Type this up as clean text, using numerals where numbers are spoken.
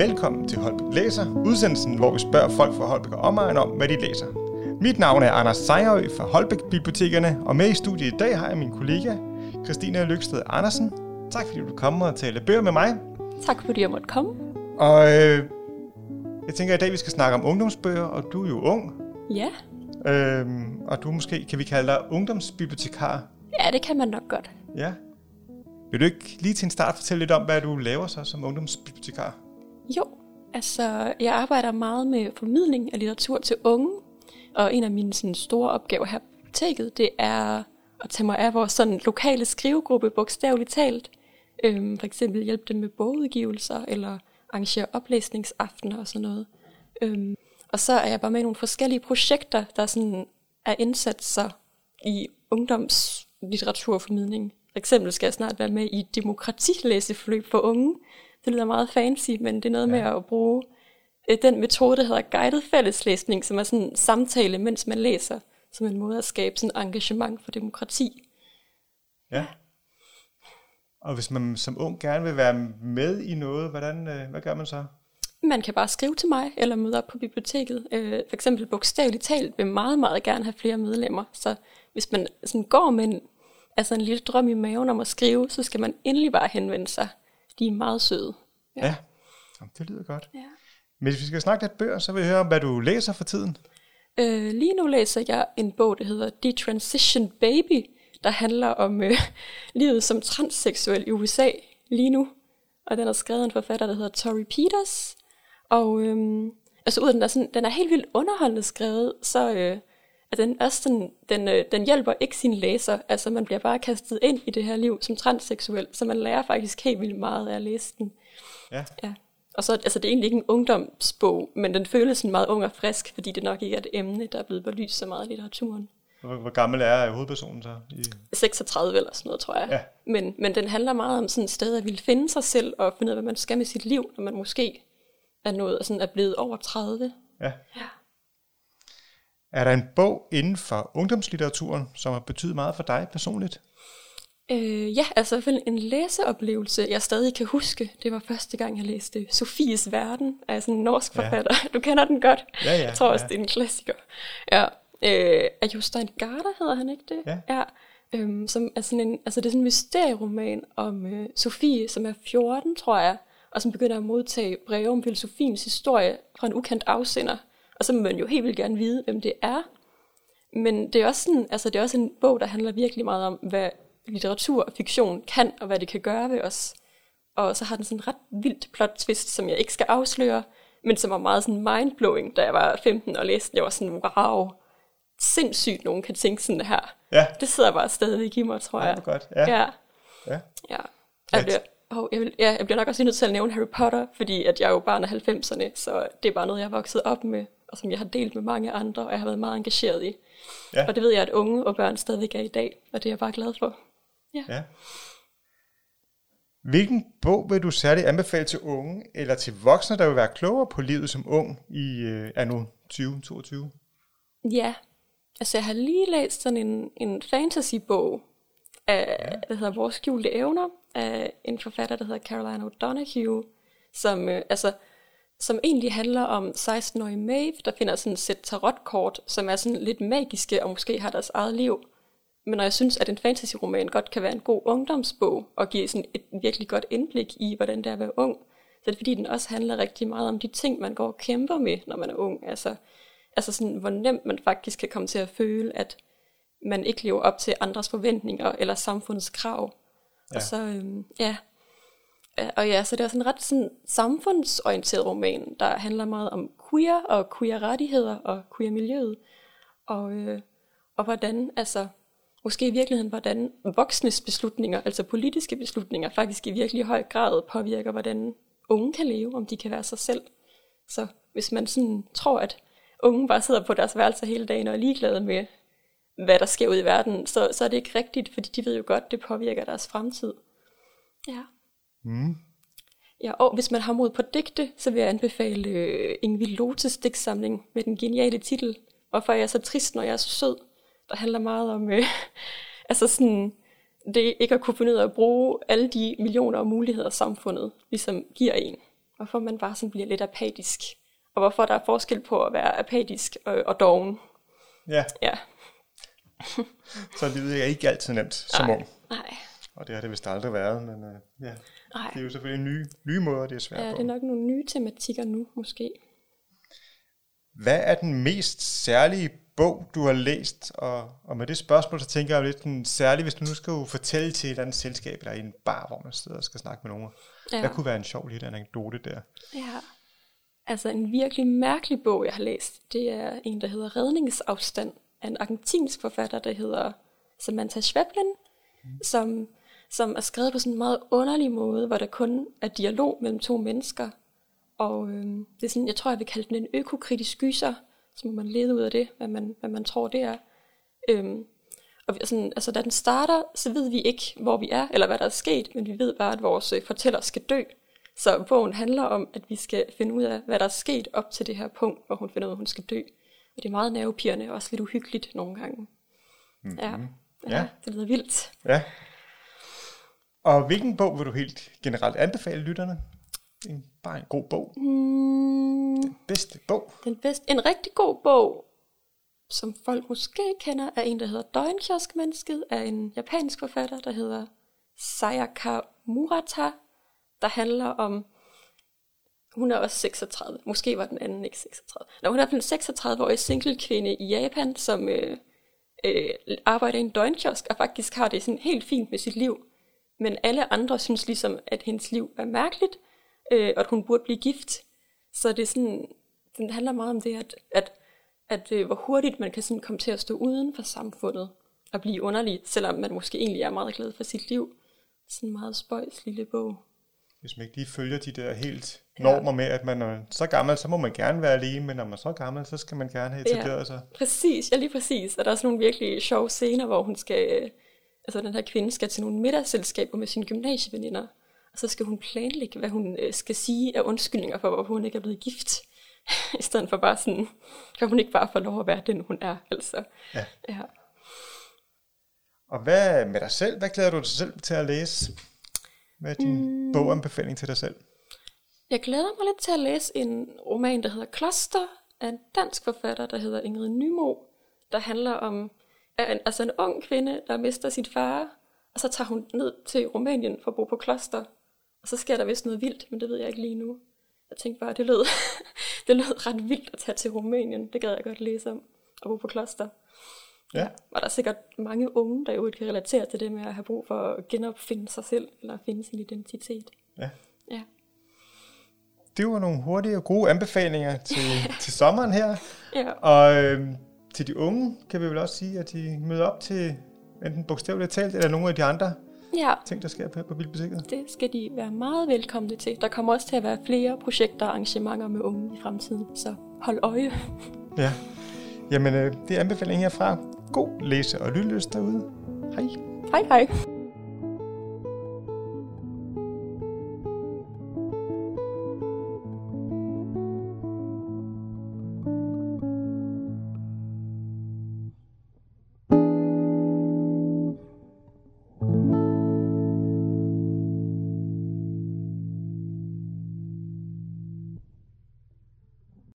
Velkommen til Holbæk Læser, udsendelsen, hvor vi spørger folk fra Holbæk og omegn om, hvad de læser. Mit navn er Anders Sejrø fra Holbæk Bibliotekerne, og med i studiet i dag har jeg min kollega, Christina Lyksted Andersen. Tak fordi du kommer og taler bøger med mig. Tak fordi jeg måtte komme. Og jeg tænker, at i dag vi skal snakke om ungdomsbøger, og du er jo ung. Ja. Og du måske, kan vi kalde dig ungdomsbibliotekar? Ja, det kan man nok godt. Ja. Vil du ikke lige til en start fortælle lidt om, hvad du laver så som ungdomsbibliotekar? Jo, altså jeg arbejder meget med formidling af litteratur til unge, og en af mine sådan, store opgaver her på biblioteket, det er at tage mig af vores sådan, lokale skrivegruppe, bogstaveligt talt. For eksempel hjælpe dem med bogudgivelser, eller arrangere oplæsningsaftener og sådan noget. Og så er jeg bare med i nogle forskellige projekter, der sådan er indsatser i ungdomslitteraturformidling. For eksempel skal jeg snart være med i demokratilæseforløb for unge. Det lyder meget fancy, men det er noget med at bruge den metode, der hedder guided fælleslæsning, som er sådan en samtale, mens man læser, som en måde at skabe sådan engagement for demokrati. Ja. Og hvis man som ung gerne vil være med i noget, hvad gør man så? Man kan bare skrive til mig, eller møde op på biblioteket. For eksempel bogstaveligt talt vil meget, meget gerne have flere medlemmer. Så hvis man sådan går med en lille drøm i maven om at skrive, så skal man endelig bare henvende sig. De er meget søde. Ja. Det lyder godt. Ja. Men hvis vi skal snakke lidt bøger, så vil jeg høre om, hvad du læser for tiden. Lige nu læser jeg en bog, der hedder Detransition Baby, der handler om livet som transseksuel i USA lige nu. Og den er skrevet af en forfatter, der hedder Torrey Peters. Og ud af den er helt vildt underholdende skrevet, så den hjælper ikke sin læser. Altså man bliver bare kastet ind i det her liv som transseksuel, så man lærer faktisk helt vildt meget af at læse den. Ja. Og så det er egentlig ikke en ungdomsbog, men den føles sådan meget ung og frisk, fordi det nok ikke er et emne, der er blevet belyst så meget i litteraturen. Hvor gammel er hovedpersonen så? 36 eller sådan noget, tror jeg. Ja. Men den handler meget om sådan et sted at ville finde sig selv og finde ud af, hvad man skal med sit liv, når man måske er nået og sådan er blevet over 30. Ja. Er der en bog inden for ungdomslitteraturen, som har betydet meget for dig personligt? Ja, altså i hvert fald en læseoplevelse, jeg stadig kan huske. Det var første gang, jeg læste Sofies Verden af sådan en norsk forfatter. Du kender den godt. Ja. Jeg tror også, det er en klassiker. Ja. Af Jostein Gaarder hedder han, ikke det? Ja. Som er sådan det er sådan en mysterieroman om Sofie, som er 14, tror jeg, og som begynder at modtage breve om filosofiens historie fra en ukendt afsender. Og så må man jo helt vildt gerne vide, hvem det er. Men det er også sådan, det er også en bog, der handler virkelig meget om, hvad litteratur og fiktion kan, og hvad det kan gøre ved os. Og så har den sådan en ret vildt plot twist, som jeg ikke skal afsløre, men som var meget sådan mindblowing, da jeg var 15 og læste den. Jeg var sådan, wow, sindssygt nogen kan tænke sådan her. Ja. Det sidder bare stadig i mig, tror jeg. Det er godt. Ja. Jeg bliver nok også nødt til at nævne Harry Potter, fordi at jeg er jo barn af 90'erne, så det er bare noget, jeg er vokset op med, og som jeg har delt med mange andre, og jeg har været meget engageret i. Ja. Og det ved jeg, at unge og børn stadig er i dag, og det er jeg bare glad for. Ja. Hvilken bog vil du særligt anbefale til unge, eller til voksne, der vil være klogere på livet som ung i anno 2022? Ja, altså jeg har lige læst sådan en fantasy-bog, der hedder Vores skjulte evner, af en forfatter, der hedder Caroline O'Donoghue, som egentlig handler om 16-årige Maeve, der finder sådan et sæt tarotkort, som er sådan lidt magiske, og måske har deres eget liv. Men når jeg synes, at en fantasy-roman godt kan være en god ungdomsbog, og give sådan et virkelig godt indblik i, hvordan det er at være ung, så er det fordi, den også handler rigtig meget om de ting, man går og kæmper med, når man er ung. Altså sådan, hvor nemt man faktisk kan komme til at føle, at man ikke lever op til andres forventninger, eller samfundets krav. Ja. Og så, så det er sådan en ret sådan samfundsorienteret roman, der handler meget om queer og queer-rettigheder og queer-miljøet. Og hvordan, måske i virkeligheden, hvordan voksnes beslutninger, altså politiske beslutninger, faktisk i virkelig høj grad påvirker, hvordan unge kan leve, om de kan være sig selv. Så hvis man sådan tror, at unge bare sidder på deres værelser hele dagen og er ligeglade med, hvad der sker ud i verden, så er det ikke rigtigt, fordi de ved jo godt, det påvirker deres fremtid. Ja. Ja, og hvis man har mod på digte, så vil jeg anbefale Ingvild Lotes digtsamling med den geniale titel, Hvorfor er jeg så trist, når jeg er så sød? Der handler meget om det ikke at kunne finde ud af at bruge alle de millioner af muligheder, samfundet ligesom giver en. hvorfor man bare sådan bliver lidt apatisk. Og hvorfor der er forskel på at være apatisk og doven. Ja. Ja. Så livet er ikke altid nemt som ung. Nej. Og det har det vist aldrig været, men det er jo selvfølgelig nye måder, det er svært på. Ja, det er nok nogle nye tematikker nu, måske. Hvad er den mest særlige bog, du har læst? Og med det spørgsmål, så tænker jeg jo lidt den særlige, hvis du nu skal fortælle til et eller andet selskab, eller i en bar, hvor man sidder og skal snakke med nogen. Ja. Hvad kunne være en sjov lille anekdote der? Ja, altså en virkelig mærkelig bog, jeg har læst, det er en, der hedder Redningsafstand, af en argentinsk forfatter, der hedder Samantha Schweblin, som er skrevet på sådan en meget underlig måde, hvor der kun er dialog mellem to mennesker. Og det er sådan, jeg tror, jeg vil kalde den en økokritisk gyser, så må man lede ud af det, hvad man tror, det er. Og sådan, altså, da den starter, så ved vi ikke, hvor vi er, eller hvad der er sket, men vi ved bare, at vores fortæller skal dø. Så bogen handler om, at vi skal finde ud af, hvad der er sket op til det her punkt, hvor hun finder ud af, at hun skal dø. Og det er meget nervepirrende og også lidt uhyggeligt nogle gange. Mm-hmm. Ja, det lyder vildt. Ja. Og hvilken bog vil du helt generelt anbefale lytterne? Bare en god bog. Den bedste bog. En rigtig god bog, som folk måske kender, er en, der hedder Døgnkioskmennesket, af en japansk forfatter, der hedder Sayaka Murata, der handler om, hun er også 36, måske var den anden ikke 36. Hun er en 36-årig single-kvinde i Japan, som arbejder i en døgnkiosk, og faktisk har det sådan helt fint med sit liv. Men alle andre synes ligesom, at hendes liv er mærkeligt, og at hun burde blive gift. Så det er sådan, det handler meget om det, at hvor hurtigt man kan sådan komme til at stå uden for samfundet og blive underlig, selvom man måske egentlig er meget glad for sit liv. Sådan en meget spøjs lille bog. Hvis man ikke lige følger de der helt normer med, at man er så gammel, så må man gerne være alene, men når man er så gammel, så skal man gerne have etableret sig. Præcis, lige præcis. Og der er sådan nogle virkelig sjove scener, hvor hun skal, altså den her kvinde skal til nogle middagsselskaber med sine gymnasieveninder, og så skal hun planlægge, hvad hun skal sige af undskyldninger for, hvorfor hun ikke er blevet gift. I stedet for bare sådan, kan hun ikke bare få lov at være den, hun er, altså. Ja. Og hvad med dig selv? Hvad glæder du dig selv til at læse? Hvad er din boganbefaling til dig selv? Jeg glæder mig lidt til at læse en roman, der hedder Kloster, af en dansk forfatter, der hedder Ingrid Nymo, der handler om en ung kvinde, der mister sit far, og så tager hun ned til Rumænien for at bo på Kloster, og så sker der vist noget vildt, men det ved jeg ikke lige nu. Jeg tænkte bare, det lød ret vildt at tage til Rumænien. Det gad jeg godt læse om, at bo på Kloster. Ja. Og der er sikkert mange unge, der jo kan relatere til det med at have brug for at genopfinde sig selv, eller finde sin identitet. Ja. Ja. Det var nogle hurtige og gode anbefalinger til sommeren her. Ja. Og til de unge kan vi vel også sige, at de møder op til enten bogstaveligt talt, eller nogle af de andre ting, der sker på biblioteket. Det skal de være meget velkomne til. Der kommer også til at være flere projekter og arrangementer med unge i fremtiden, så hold øje. Ja. Jamen, det er anbefalingen herfra. God læse- og lyttelyst derude. Hej. Hej.